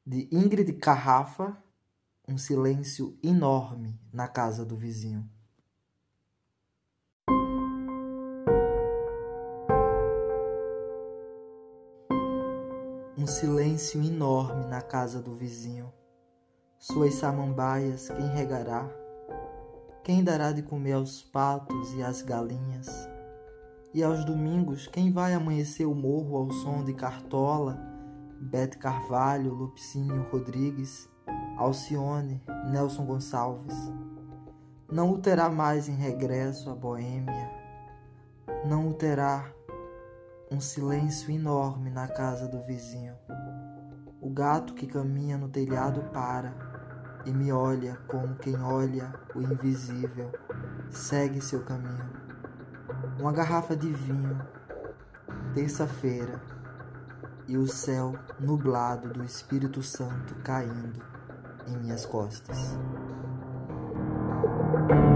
De Ingrid Carrafa, um silêncio enorme na casa do vizinho. Um silêncio enorme na casa do vizinho. Suas samambaias quem regará? Quem dará de comer aos patos e às galinhas? E aos domingos quem vai amanhecer o morro ao som de Cartola, Bete Carvalho, Lupicínio Rodrigues, Alcione, Nelson Gonçalves? Não o terá mais em regresso à Boêmia. Não o terá. Um silêncio enorme na casa do vizinho. O gato que caminha no telhado para e me olha como quem olha o invisível. Segue seu caminho. Uma garrafa de vinho. Terça-feira. E o céu nublado do Espírito Santo caindo em minhas costas.